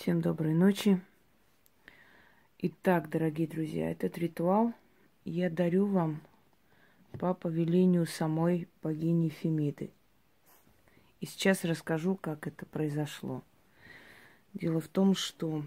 Всем доброй ночи. Итак, дорогие друзья, этот ритуал я дарю вам по повелению самой богини Фемиды. И сейчас расскажу, как это произошло. Дело в том, что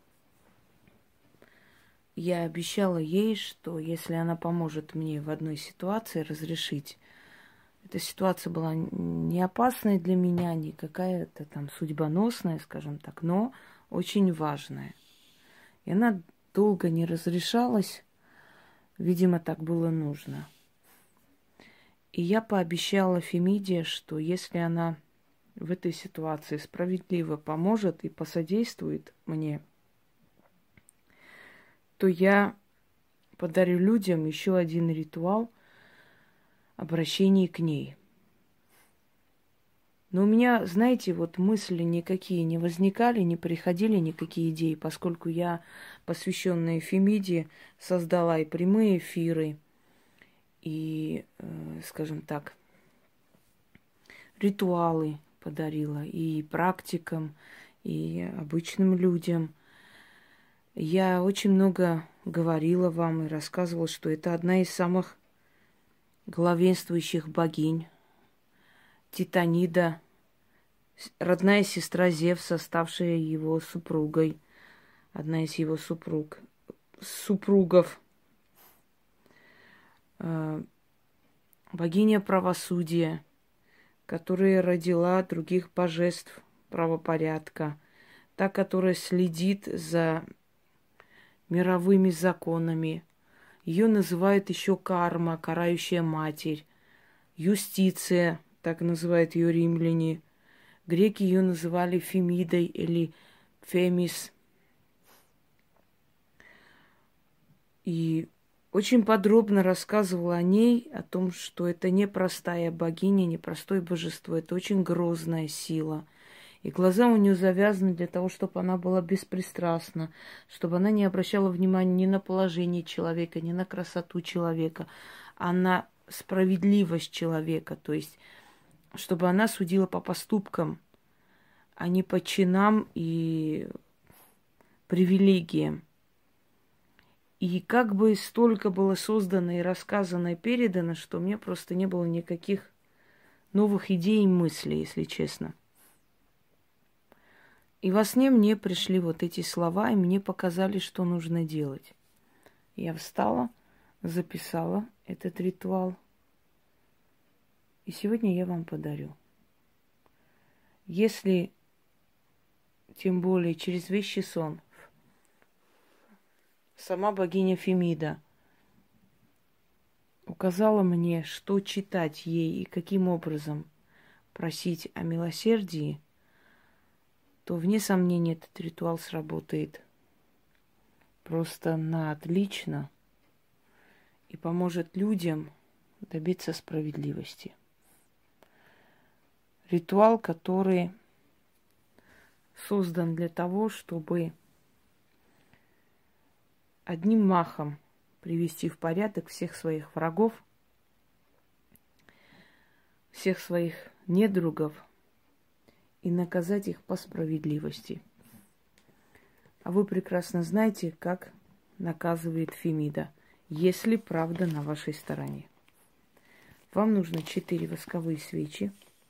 я обещала ей, что если она поможет мне в одной ситуации разрешить, эта ситуация была не опасная для меня, не какая-то там судьбоносная, скажем так, но очень важная. И она долго не разрешалась, видимо, так было нужно. И я пообещала Фемиде, что если она в этой ситуации справедливо поможет и посодействует мне, то я подарю людям еще один ритуал обращения к ней. Но у меня, знаете, вот мысли никакие не возникали, не приходили никакие идеи, поскольку я, посвященная Фемиде, создала и прямые эфиры, и, скажем так, ритуалы подарила и практикам, и обычным людям. Я очень много говорила вам и рассказывала, что это одна из самых главенствующих богинь, Титанида, родная сестра Зевса, ставшая его супругой, одна из его супругов, богиня правосудия, которая родила других божеств правопорядка, та, которая следит за мировыми законами. Ее называют еще карма, карающая матерь, юстиция, так называют ее римляне. Греки ее называли Фемидой или Фемис. И очень подробно рассказывала о ней, о том, что это не простая богиня, не простое божество, это очень грозная сила. И глаза у нее завязаны для того, чтобы она была беспристрастна, чтобы она не обращала внимания ни на положение человека, ни на красоту человека, а на справедливость человека, то есть чтобы она судила по поступкам, а не по чинам и привилегиям. И как бы столько было создано и рассказано и передано, что у меня просто не было никаких новых идей и мыслей, если честно. И во сне мне пришли вот эти слова, и мне показали, что нужно делать. Я встала, записала этот ритуал, и сегодня я вам подарю. Если, тем более, через вещий сон сама богиня Фемида указала мне, что читать ей и каким образом просить о милосердии, то, вне сомнения, этот ритуал сработает просто на отлично и поможет людям добиться справедливости. Ритуал, который создан для того, чтобы одним махом привести в порядок всех своих врагов, всех своих недругов и наказать их по справедливости. А вы прекрасно знаете, как наказывает Фемида, если правда на вашей стороне. Вам нужно 4 восковые свечи,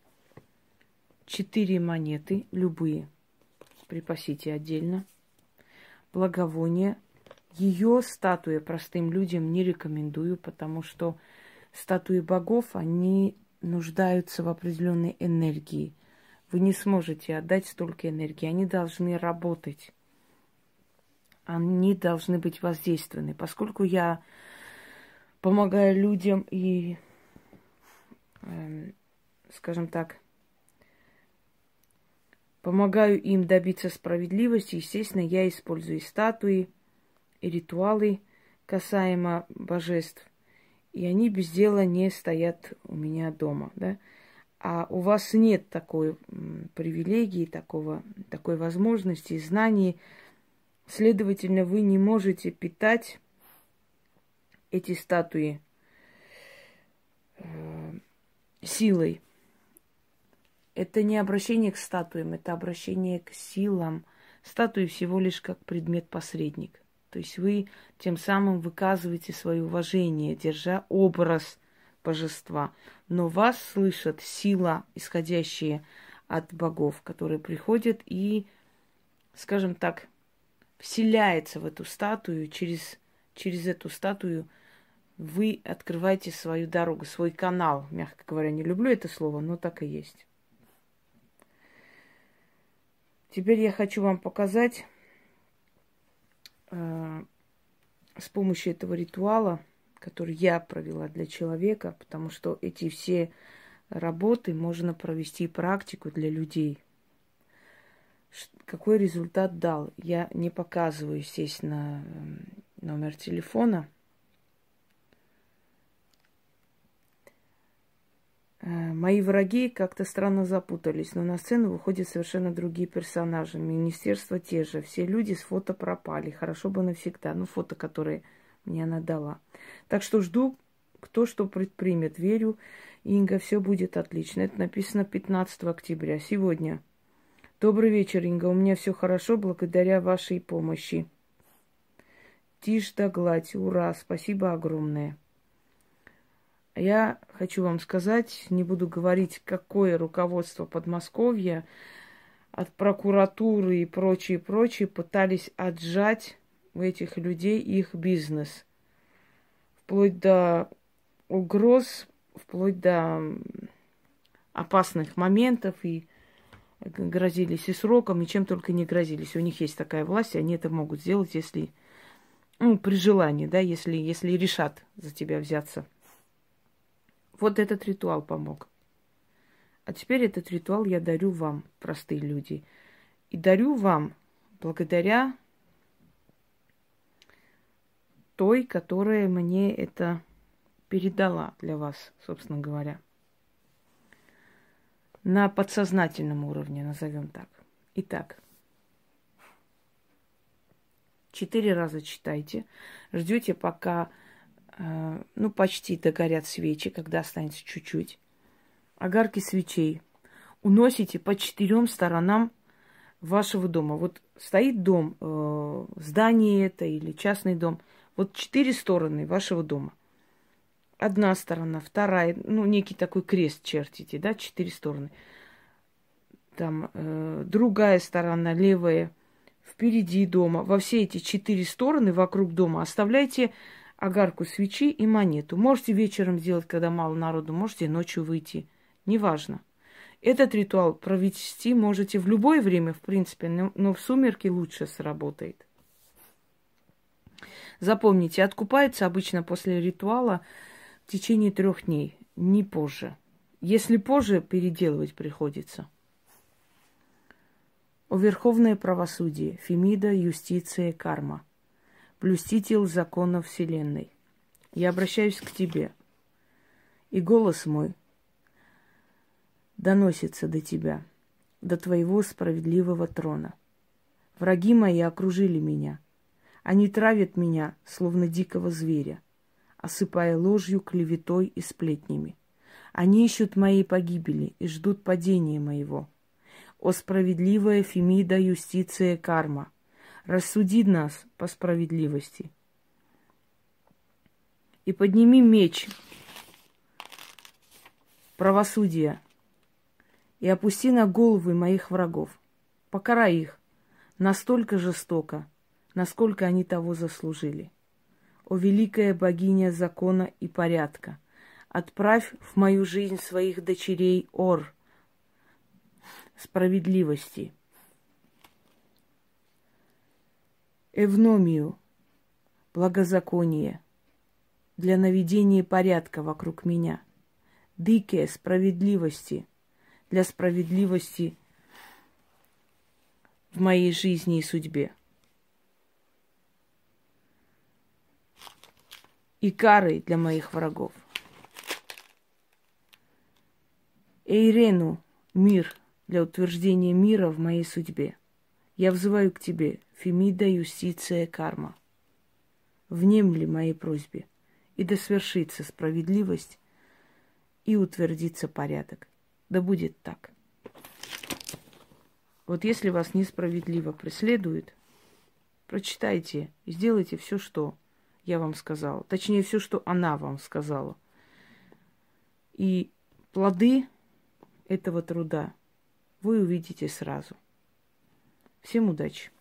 4 монеты, любые, припасите отдельно, благовония. Ее статуи простым людям не рекомендую, потому что статуи богов, они нуждаются в определенной энергии. Вы не сможете отдать столько энергии. Они должны работать. Они должны быть воздействованы. Поскольку я помогаю людям и, скажем так, помогаю им добиться справедливости, естественно, я использую и статуи, и ритуалы касаемо божеств. И они без дела не стоят у меня дома, да. А у вас нет такой привилегии, такой возможности, знаний. Следовательно, вы не можете питать эти статуи силой. Это не обращение к статуям, это обращение к силам, статуи всего лишь как предмет-посредник. То есть вы тем самым выказываете свое уважение, держа образ божества. Но вас слышат сила, исходящая от богов, которые приходят и, скажем так, вселяется в эту статую. Через эту статую вы открываете свою дорогу, свой канал. Мягко говоря, не люблю это слово, но так и есть. Теперь я хочу вам показать с помощью этого ритуала, который я провела для человека, потому что эти все работы можно провести практику для людей. Какой результат дал? Я не показываю, естественно, номер телефона. Мои враги как-то странно запутались, но на сцену выходят совершенно другие персонажи. Министерства те же. Все люди с фото пропали. Хорошо бы навсегда. Ну, фото, которые мне она дала. Так что жду, кто что предпримет. Верю, Инга, все будет отлично. Это написано 15 октября, сегодня. Добрый вечер, Инга. У меня все хорошо благодаря вашей помощи. Тишь да гладь. Ура! Спасибо огромное. Я хочу вам сказать, не буду говорить, какое руководство Подмосковья от прокуратуры и прочее пытались отжать у этих людей их бизнес. Вплоть до угроз, вплоть до опасных моментов, и грозились и сроком, и чем только не грозились. У них есть такая власть, и они это могут сделать, если, при желании, да, если решат за тебя взяться. Вот этот ритуал помог. А теперь этот ритуал я дарю вам, простые люди. И дарю вам благодаря той, которая мне это передала для вас, собственно говоря. На подсознательном уровне, назовем так. Итак, 4 раза читайте. Ждете, пока почти догорят свечи, когда останется чуть-чуть. Огарки свечей уносите по 4 сторонам вашего дома. Вот стоит дом, здание это или частный дом. Вот 4 стороны вашего дома. Одна сторона, вторая, некий такой крест чертите, да, 4 стороны. Там другая сторона, левая, впереди дома. Во все эти 4 стороны вокруг дома оставляйте огарку свечи и монету. Можете вечером сделать, когда мало народу, можете ночью выйти. Неважно. Этот ритуал провести можете в любое время, в принципе, но в сумерки лучше сработает. Запомните, откупается обычно после ритуала в течение 3 дней, не позже. Если позже, переделывать приходится. О верховное правосудие, Фемида, юстиция, карма. Блюститель законов Вселенной. Я обращаюсь к тебе, и голос мой доносится до тебя, до твоего справедливого трона. Враги мои окружили меня. Они травят меня, словно дикого зверя, осыпая ложью, клеветой и сплетнями. Они ищут моей погибели и ждут падения моего. О справедливая Фемида, юстиция, карма! Рассуди нас по справедливости. И подними меч правосудия и опусти на головы моих врагов. Покарай их настолько жестоко, насколько они того заслужили. О великая богиня закона и порядка, отправь в мою жизнь своих дочерей Ор, справедливости. Эвномию, благозаконие, для наведения порядка вокруг меня. Дыке, справедливости, для справедливости в моей жизни и судьбе. И кары для моих врагов. Эйрену, мир, для утверждения мира в моей судьбе. Я взываю к тебе, Фемида, юстиция, карма. Внемли моей просьбе, и да свершится справедливость, и утвердится порядок. Да будет так. Вот если вас несправедливо преследуют, прочитайте и сделайте все, что я вам сказала. Точнее, все, что она вам сказала. И плоды этого труда вы увидите сразу. Всем удачи!